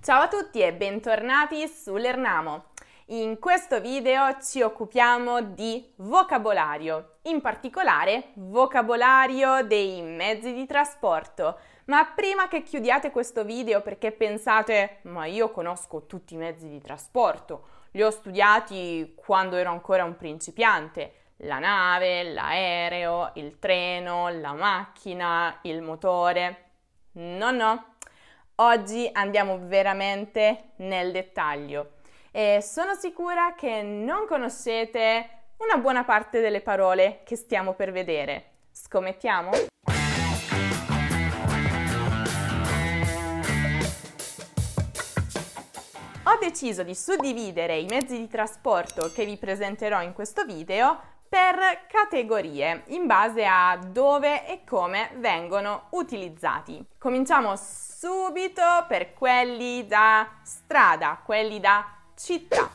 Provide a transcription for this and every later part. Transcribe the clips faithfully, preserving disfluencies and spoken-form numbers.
Ciao a tutti e bentornati su Lernamo. In questo video ci occupiamo di vocabolario, in particolare vocabolario dei mezzi di trasporto. Ma prima che chiudiate questo video perché pensate ma io conosco tutti i mezzi di trasporto, li ho studiati quando ero ancora un principiante, la nave, l'aereo, il treno, la macchina, il motore. No, no. Oggi andiamo veramente nel dettaglio e sono sicura che non conoscete una buona parte delle parole che stiamo per vedere. Scommettiamo? Ho deciso di suddividere i mezzi di trasporto che vi presenterò in questo video per categorie, in base a dove e come vengono utilizzati. Cominciamo subito per quelli da strada, quelli da città.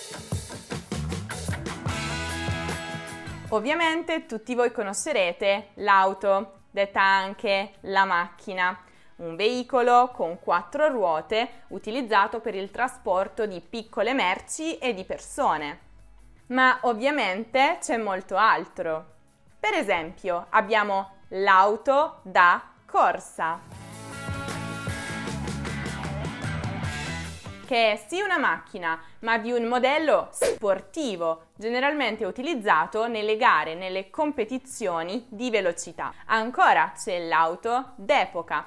Ovviamente tutti voi conoscerete l'auto, detta anche la macchina, un veicolo con quattro ruote utilizzato per il trasporto di piccole merci e di persone. Ma ovviamente c'è molto altro. Per esempio, abbiamo l'auto da corsa, che è sì una macchina, ma di un modello sportivo, generalmente utilizzato nelle gare, nelle competizioni di velocità. Ancora c'è l'auto d'epoca,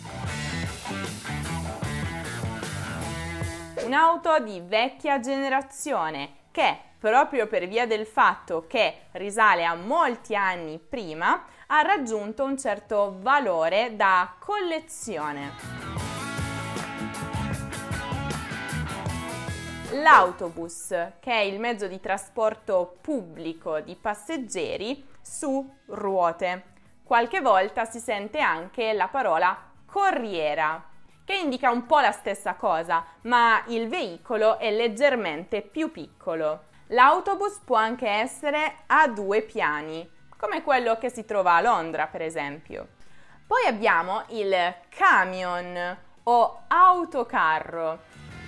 un'auto di vecchia generazione che, proprio per via del fatto che risale a molti anni prima, ha raggiunto un certo valore da collezione. L'autobus, che è il mezzo di trasporto pubblico di passeggeri su ruote. Qualche volta si sente anche la parola corriera, che indica un po' la stessa cosa, ma il veicolo è leggermente più piccolo. L'autobus può anche essere a due piani, come quello che si trova a Londra, per esempio. Poi abbiamo il camion o autocarro,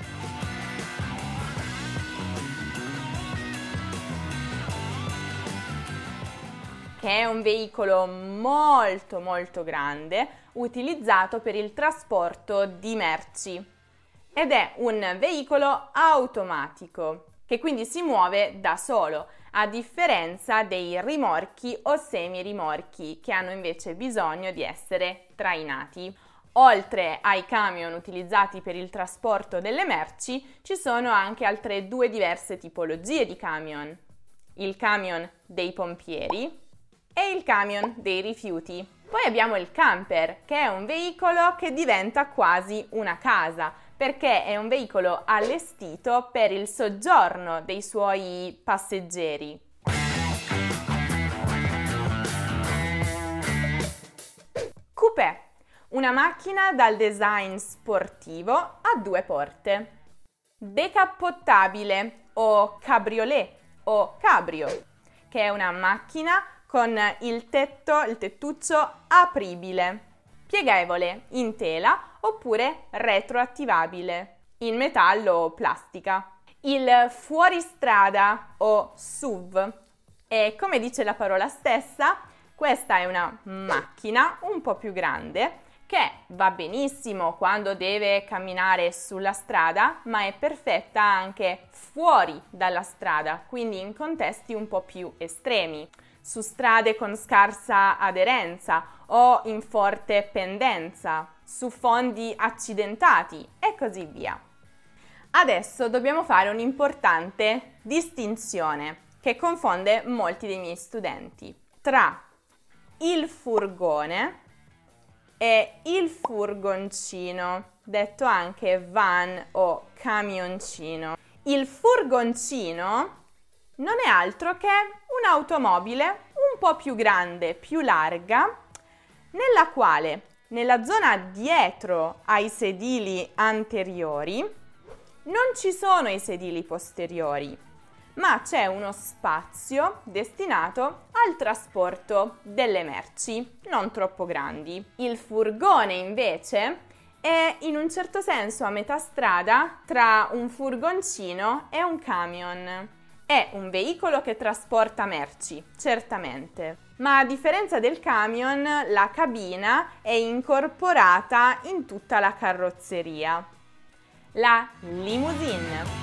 che è un veicolo molto molto grande utilizzato per il trasporto di merci ed è un veicolo automatico che quindi si muove da solo, a differenza dei rimorchi o semirimorchi che hanno invece bisogno di essere trainati. Oltre ai camion utilizzati per il trasporto delle merci, ci sono anche altre due diverse tipologie di camion: il camion dei pompieri e il camion dei rifiuti. Poi abbiamo il camper, che è un veicolo che diventa quasi una casa, perché è un veicolo allestito per il soggiorno dei suoi passeggeri. Coupé, una macchina dal design sportivo a due porte. Decappottabile o cabriolet o cabrio, che è una macchina con il tetto, il tettuccio apribile, pieghevole in tela oppure retroattivabile, in metallo o plastica. Il fuoristrada o S U V, e come dice la parola stessa, questa è una macchina un po' più grande che va benissimo quando deve camminare sulla strada, ma è perfetta anche fuori dalla strada, quindi in contesti un po' più estremi, su strade con scarsa aderenza o in forte pendenza, su fondi accidentati e così via. Adesso dobbiamo fare un'importante distinzione che confonde molti dei miei studenti tra il furgone e il furgoncino, detto anche van o camioncino. Il furgoncino non è altro che un'automobile un po' più grande, più larga, nella quale nella zona dietro ai sedili anteriori non ci sono i sedili posteriori, ma c'è uno spazio destinato al trasporto delle merci, non troppo grandi. Il furgone invece è in un certo senso a metà strada tra un furgoncino e un camion. È un veicolo che trasporta merci, certamente, ma a differenza del camion, la cabina è incorporata in tutta la carrozzeria. La limousine.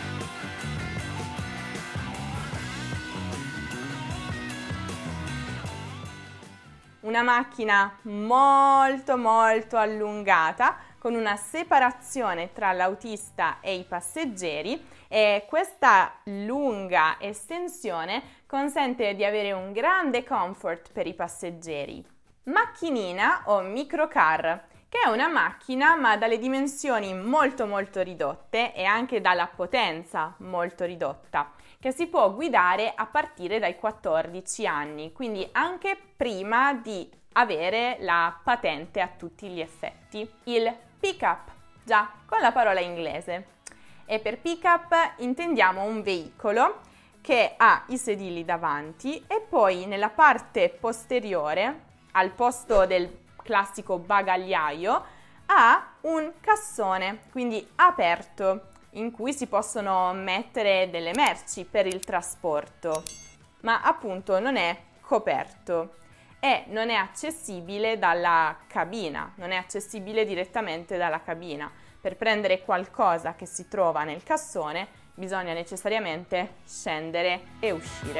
Una macchina molto molto allungata con una separazione tra l'autista e i passeggeri, e questa lunga estensione consente di avere un grande comfort per i passeggeri. Macchinina o microcar, che è una macchina ma dalle dimensioni molto molto ridotte e anche dalla potenza molto ridotta, che si può guidare a partire dai quattordici anni, quindi anche prima di avere la patente a tutti gli effetti. Il pick-up, già, con la parola inglese. E per pick-up intendiamo un veicolo che ha i sedili davanti e poi nella parte posteriore, al posto del classico bagagliaio, ha un cassone, quindi aperto, in cui si possono mettere delle merci per il trasporto, ma appunto non è coperto e non è accessibile dalla cabina, non è accessibile direttamente dalla cabina. Per prendere qualcosa che si trova nel cassone bisogna necessariamente scendere e uscire.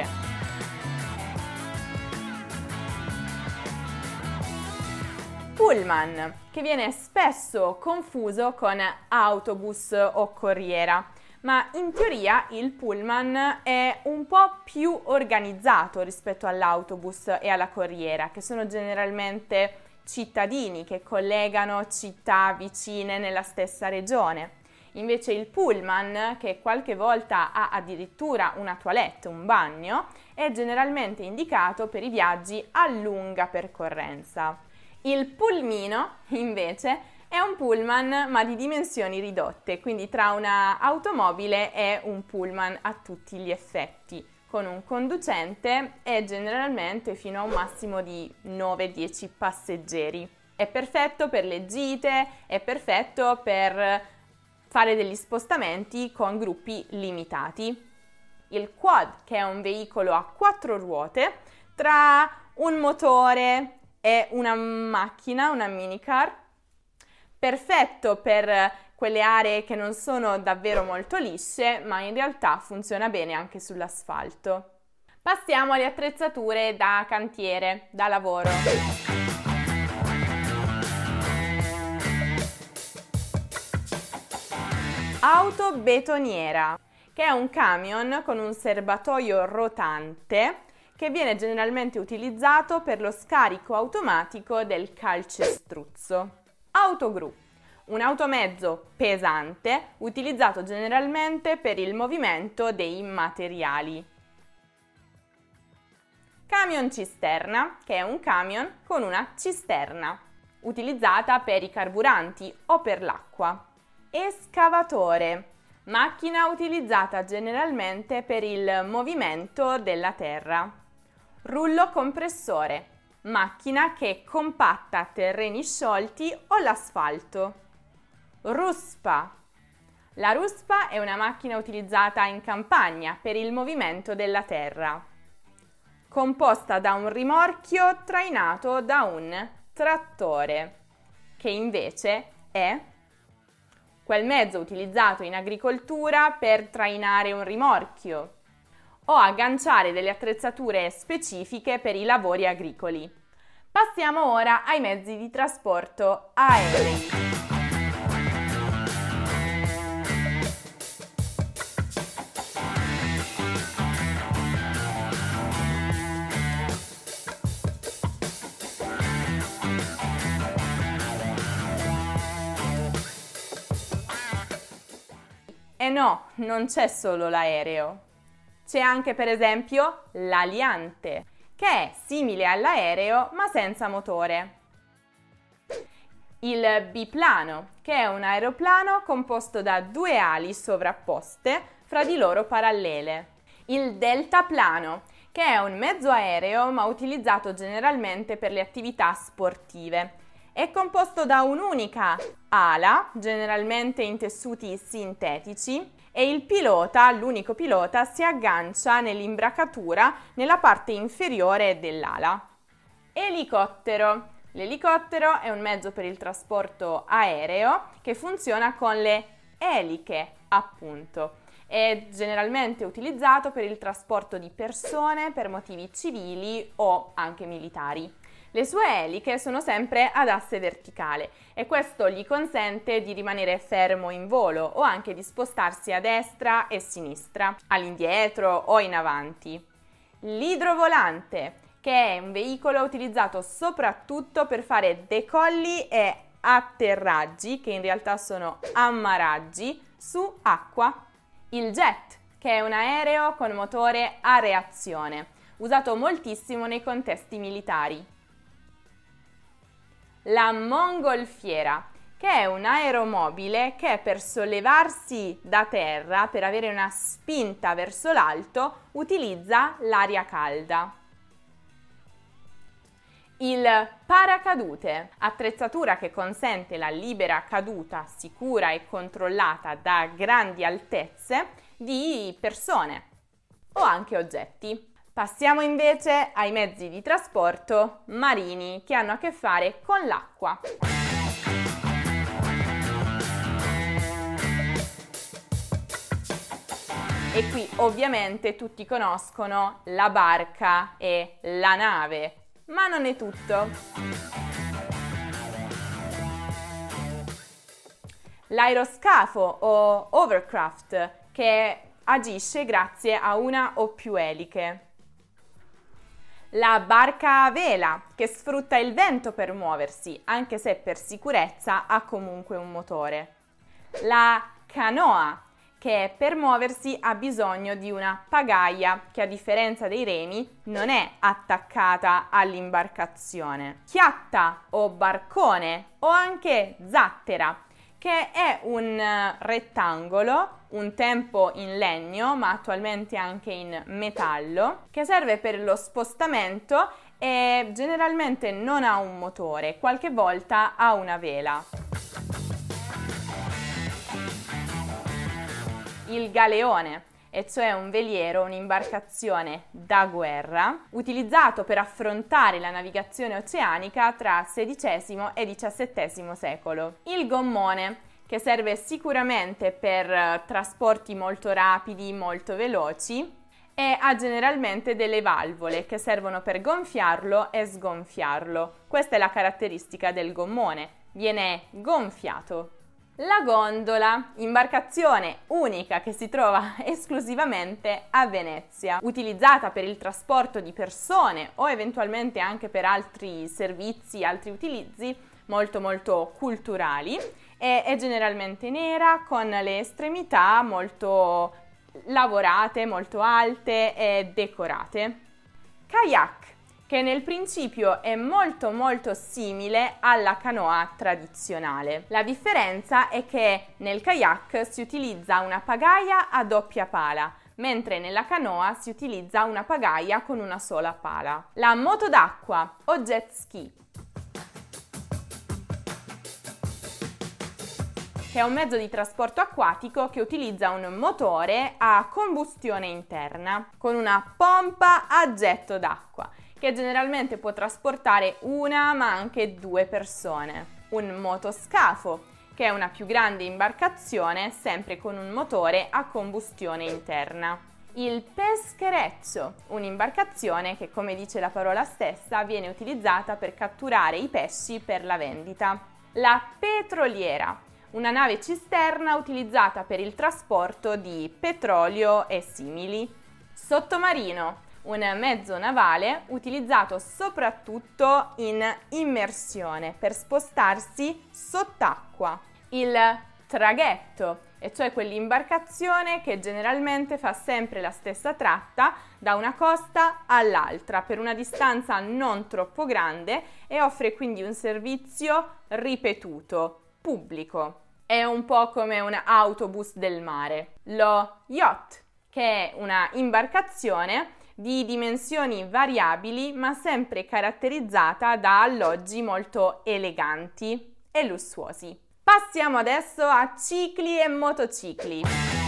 Pullman, che viene spesso confuso con autobus o corriera, ma in teoria il pullman è un po' più organizzato rispetto all'autobus e alla corriera, che sono generalmente cittadini che collegano città vicine nella stessa regione. Invece il pullman, che qualche volta ha addirittura una toilette, un bagno, è generalmente indicato per i viaggi a lunga percorrenza. Il pulmino, invece, è un pullman ma di dimensioni ridotte, quindi tra una automobile e un pullman a tutti gli effetti, con un conducente e generalmente fino a un massimo di nove dieci passeggeri. È perfetto per le gite, è perfetto per fare degli spostamenti con gruppi limitati. Il quad, che è un veicolo a quattro ruote, tra un motore e una macchina, una minicar, perfetto per quelle aree che non sono davvero molto lisce, ma in realtà funziona bene anche sull'asfalto. Passiamo alle attrezzature da cantiere, da lavoro. Auto betoniera, che è un camion con un serbatoio rotante che viene generalmente utilizzato per lo scarico automatico del calcestruzzo. Autogru, un automezzo pesante utilizzato generalmente per il movimento dei materiali. Camion cisterna, che è un camion con una cisterna, utilizzata per i carburanti o per l'acqua. Escavatore, macchina utilizzata generalmente per il movimento della terra. Rullo compressore, macchina che compatta terreni sciolti o l'asfalto. Ruspa. La ruspa è una macchina utilizzata in campagna per il movimento della terra, composta da un rimorchio trainato da un trattore, che invece è quel mezzo utilizzato in agricoltura per trainare un rimorchio o agganciare delle attrezzature specifiche per i lavori agricoli. Passiamo ora ai mezzi di trasporto aerei. E no, non c'è solo l'aereo. C'è anche per esempio l'aliante, che è simile all'aereo ma senza motore. Il biplano, che è un aeroplano composto da due ali sovrapposte fra di loro parallele. Il deltaplano, che è un mezzo aereo ma utilizzato generalmente per le attività sportive. È composto da un'unica ala, generalmente in tessuti sintetici, e il pilota, l'unico pilota, si aggancia nell'imbracatura nella parte inferiore dell'ala. Elicottero. L'elicottero è un mezzo per il trasporto aereo che funziona con le eliche, appunto. È generalmente utilizzato per il trasporto di persone per motivi civili o anche militari. Le sue eliche sono sempre ad asse verticale e questo gli consente di rimanere fermo in volo o anche di spostarsi a destra e sinistra, all'indietro o in avanti. L'idrovolante, che è un veicolo utilizzato soprattutto per fare decolli e atterraggi, che in realtà sono ammarraggi, su acqua. Il jet, che è un aereo con motore a reazione, usato moltissimo nei contesti militari. La mongolfiera, che è un aeromobile che per sollevarsi da terra, per avere una spinta verso l'alto, utilizza l'aria calda. Il paracadute, attrezzatura che consente la libera caduta sicura e controllata da grandi altezze di persone o anche oggetti. Passiamo invece ai mezzi di trasporto marini che hanno a che fare con l'acqua. E qui ovviamente tutti conoscono la barca e la nave. Ma non è tutto. L'aeroscafo o overcraft, che agisce grazie a una o più eliche. La barca a vela, che sfrutta il vento per muoversi, anche se per sicurezza ha comunque un motore. La canoa, che per muoversi ha bisogno di una pagaia che a differenza dei remi non è attaccata all'imbarcazione. Chiatta o barcone o anche zattera, che è un rettangolo, un tempo in legno ma attualmente anche in metallo, che serve per lo spostamento e generalmente non ha un motore, qualche volta ha una vela. Il galeone, e cioè un veliero, un'imbarcazione da guerra, utilizzato per affrontare la navigazione oceanica tra sedicesimo e diciassettesimo secolo. Il gommone, che serve sicuramente per trasporti molto rapidi, molto veloci, e ha generalmente delle valvole che servono per gonfiarlo e sgonfiarlo. Questa è la caratteristica del gommone, viene gonfiato. La gondola, imbarcazione unica che si trova esclusivamente a Venezia, utilizzata per il trasporto di persone o eventualmente anche per altri servizi, altri utilizzi molto molto culturali, e è generalmente nera con le estremità molto lavorate, molto alte e decorate. Kayak, che nel principio è molto molto simile alla canoa tradizionale. La differenza è che nel kayak si utilizza una pagaia a doppia pala, mentre nella canoa si utilizza una pagaia con una sola pala. La moto d'acqua o jet ski, che è un mezzo di trasporto acquatico che utilizza un motore a combustione interna con una pompa a getto d'acqua, che generalmente può trasportare una ma anche due persone. Un motoscafo, che è una più grande imbarcazione sempre con un motore a combustione interna. Il peschereccio, un'imbarcazione che, come dice la parola stessa, viene utilizzata per catturare i pesci per la vendita. La petroliera, una nave cisterna utilizzata per il trasporto di petrolio e simili. Sottomarino, un mezzo navale utilizzato soprattutto in immersione per spostarsi sott'acqua. Il traghetto, e cioè quell'imbarcazione che generalmente fa sempre la stessa tratta da una costa all'altra per una distanza non troppo grande e offre quindi un servizio ripetuto, pubblico. È un po' come un autobus del mare. Lo yacht, che è una imbarcazione di dimensioni variabili ma sempre caratterizzata da alloggi molto eleganti e lussuosi. Passiamo adesso a cicli e motocicli.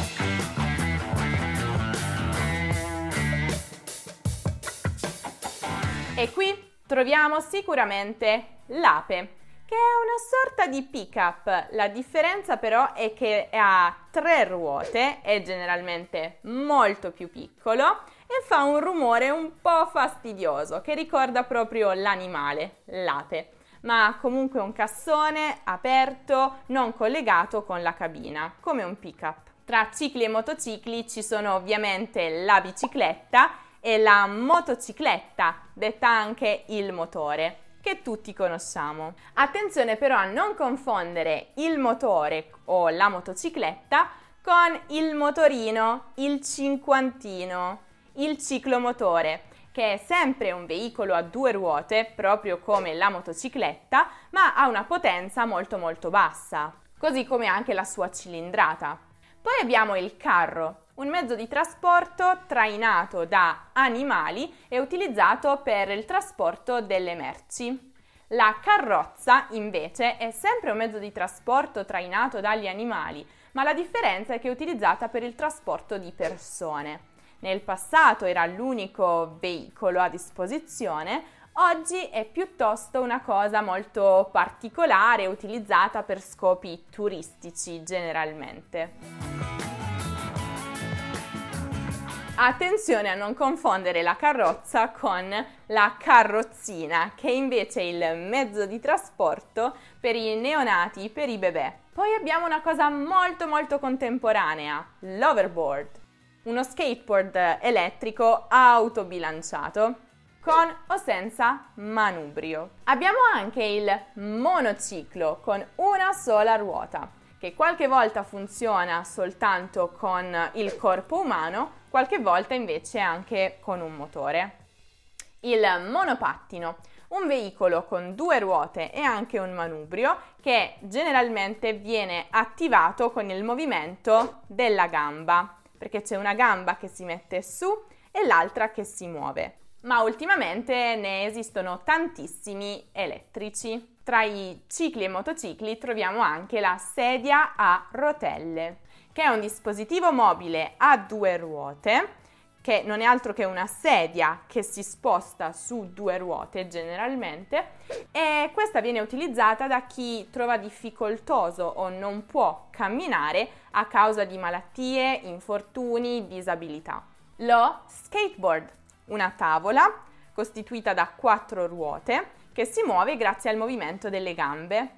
E qui troviamo sicuramente l'Ape, che è una sorta di pick-up. La differenza però è che ha tre ruote, è generalmente molto più piccolo e fa un rumore un po' fastidioso che ricorda proprio l'animale, l'ape, ma comunque un cassone aperto, non collegato con la cabina, come un pick-up. Tra cicli e motocicli ci sono ovviamente la bicicletta e la motocicletta, detta anche il motore, che tutti conosciamo. Attenzione però a non confondere il motore o la motocicletta con il motorino, il cinquantino, il ciclomotore, che è sempre un veicolo a due ruote, proprio come la motocicletta, ma ha una potenza molto molto bassa, così come anche la sua cilindrata. Poi abbiamo il carro, un mezzo di trasporto trainato da animali e utilizzato per il trasporto delle merci. La carrozza, invece, è sempre un mezzo di trasporto trainato dagli animali, ma la differenza è che è utilizzata per il trasporto di persone. Nel passato era l'unico veicolo a disposizione, oggi è piuttosto una cosa molto particolare, utilizzata per scopi turistici generalmente. Attenzione a non confondere la carrozza con la carrozzina, che è invece il mezzo di trasporto per i neonati, per i bebè. Poi abbiamo una cosa molto molto contemporanea, l'overboard, uno skateboard elettrico autobilanciato con o senza manubrio. Abbiamo anche il monociclo con una sola ruota, che qualche volta funziona soltanto con il corpo umano, qualche volta invece anche con un motore. Il monopattino, un veicolo con due ruote e anche un manubrio che generalmente viene attivato con il movimento della gamba, perché c'è una gamba che si mette su e l'altra che si muove. Ma ultimamente ne esistono tantissimi elettrici. Tra i cicli e motocicli troviamo anche la sedia a rotelle, che è un dispositivo mobile a due ruote, che non è altro che una sedia che si sposta su due ruote generalmente, e questa viene utilizzata da chi trova difficoltoso o non può camminare a causa di malattie, infortuni, disabilità. Lo skateboard, una tavola costituita da quattro ruote che si muove grazie al movimento delle gambe.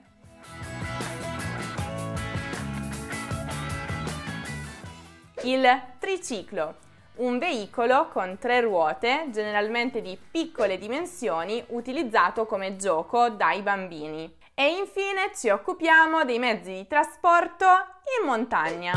Il triciclo, un veicolo con tre ruote, generalmente di piccole dimensioni, utilizzato come gioco dai bambini. E infine ci occupiamo dei mezzi di trasporto in montagna.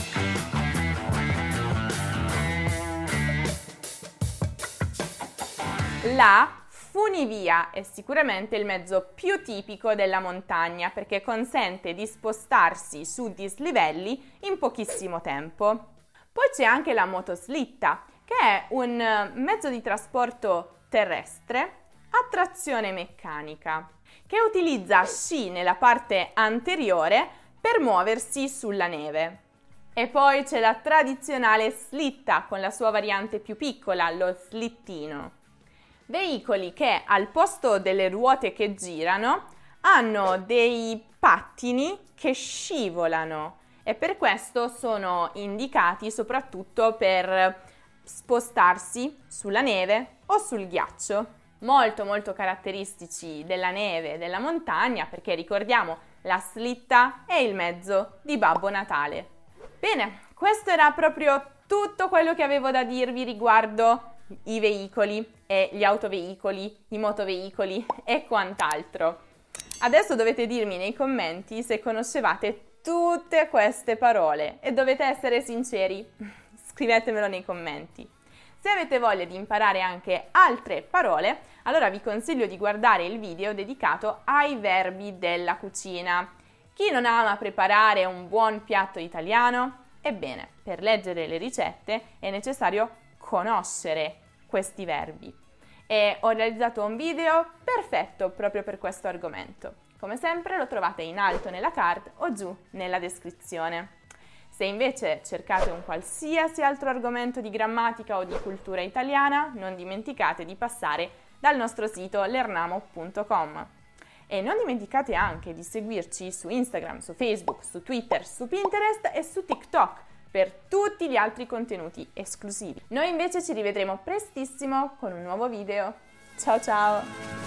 La funivia è sicuramente il mezzo più tipico della montagna perché consente di spostarsi su dislivelli in pochissimo tempo. Poi c'è anche la motoslitta, che è un mezzo di trasporto terrestre a trazione meccanica, che utilizza sci nella parte anteriore per muoversi sulla neve. E poi c'è la tradizionale slitta con la sua variante più piccola, lo slittino. Veicoli che al posto delle ruote che girano hanno dei pattini che scivolano e per questo sono indicati soprattutto per spostarsi sulla neve o sul ghiaccio. Molto molto caratteristici della neve e della montagna perché ricordiamo la slitta è il mezzo di Babbo Natale. Bene, questo era proprio tutto quello che avevo da dirvi riguardo i veicoli e gli autoveicoli, i motoveicoli e quant'altro. Adesso dovete dirmi nei commenti se conoscevate tutte queste parole e dovete essere sinceri, scrivetemelo nei commenti. Se avete voglia di imparare anche altre parole, allora vi consiglio di guardare il video dedicato ai verbi della cucina. Chi non ama preparare un buon piatto italiano? Ebbene, per leggere le ricette è necessario conoscere questi verbi. E ho realizzato un video perfetto proprio per questo argomento. Come sempre lo trovate in alto nella card o giù nella descrizione. Se invece cercate un qualsiasi altro argomento di grammatica o di cultura italiana, non dimenticate di passare dal nostro sito lernamo punto com. E non dimenticate anche di seguirci su Instagram, su Facebook, su Twitter, su Pinterest e su TikTok per tutti gli altri contenuti esclusivi. Noi invece ci rivedremo prestissimo con un nuovo video. Ciao ciao!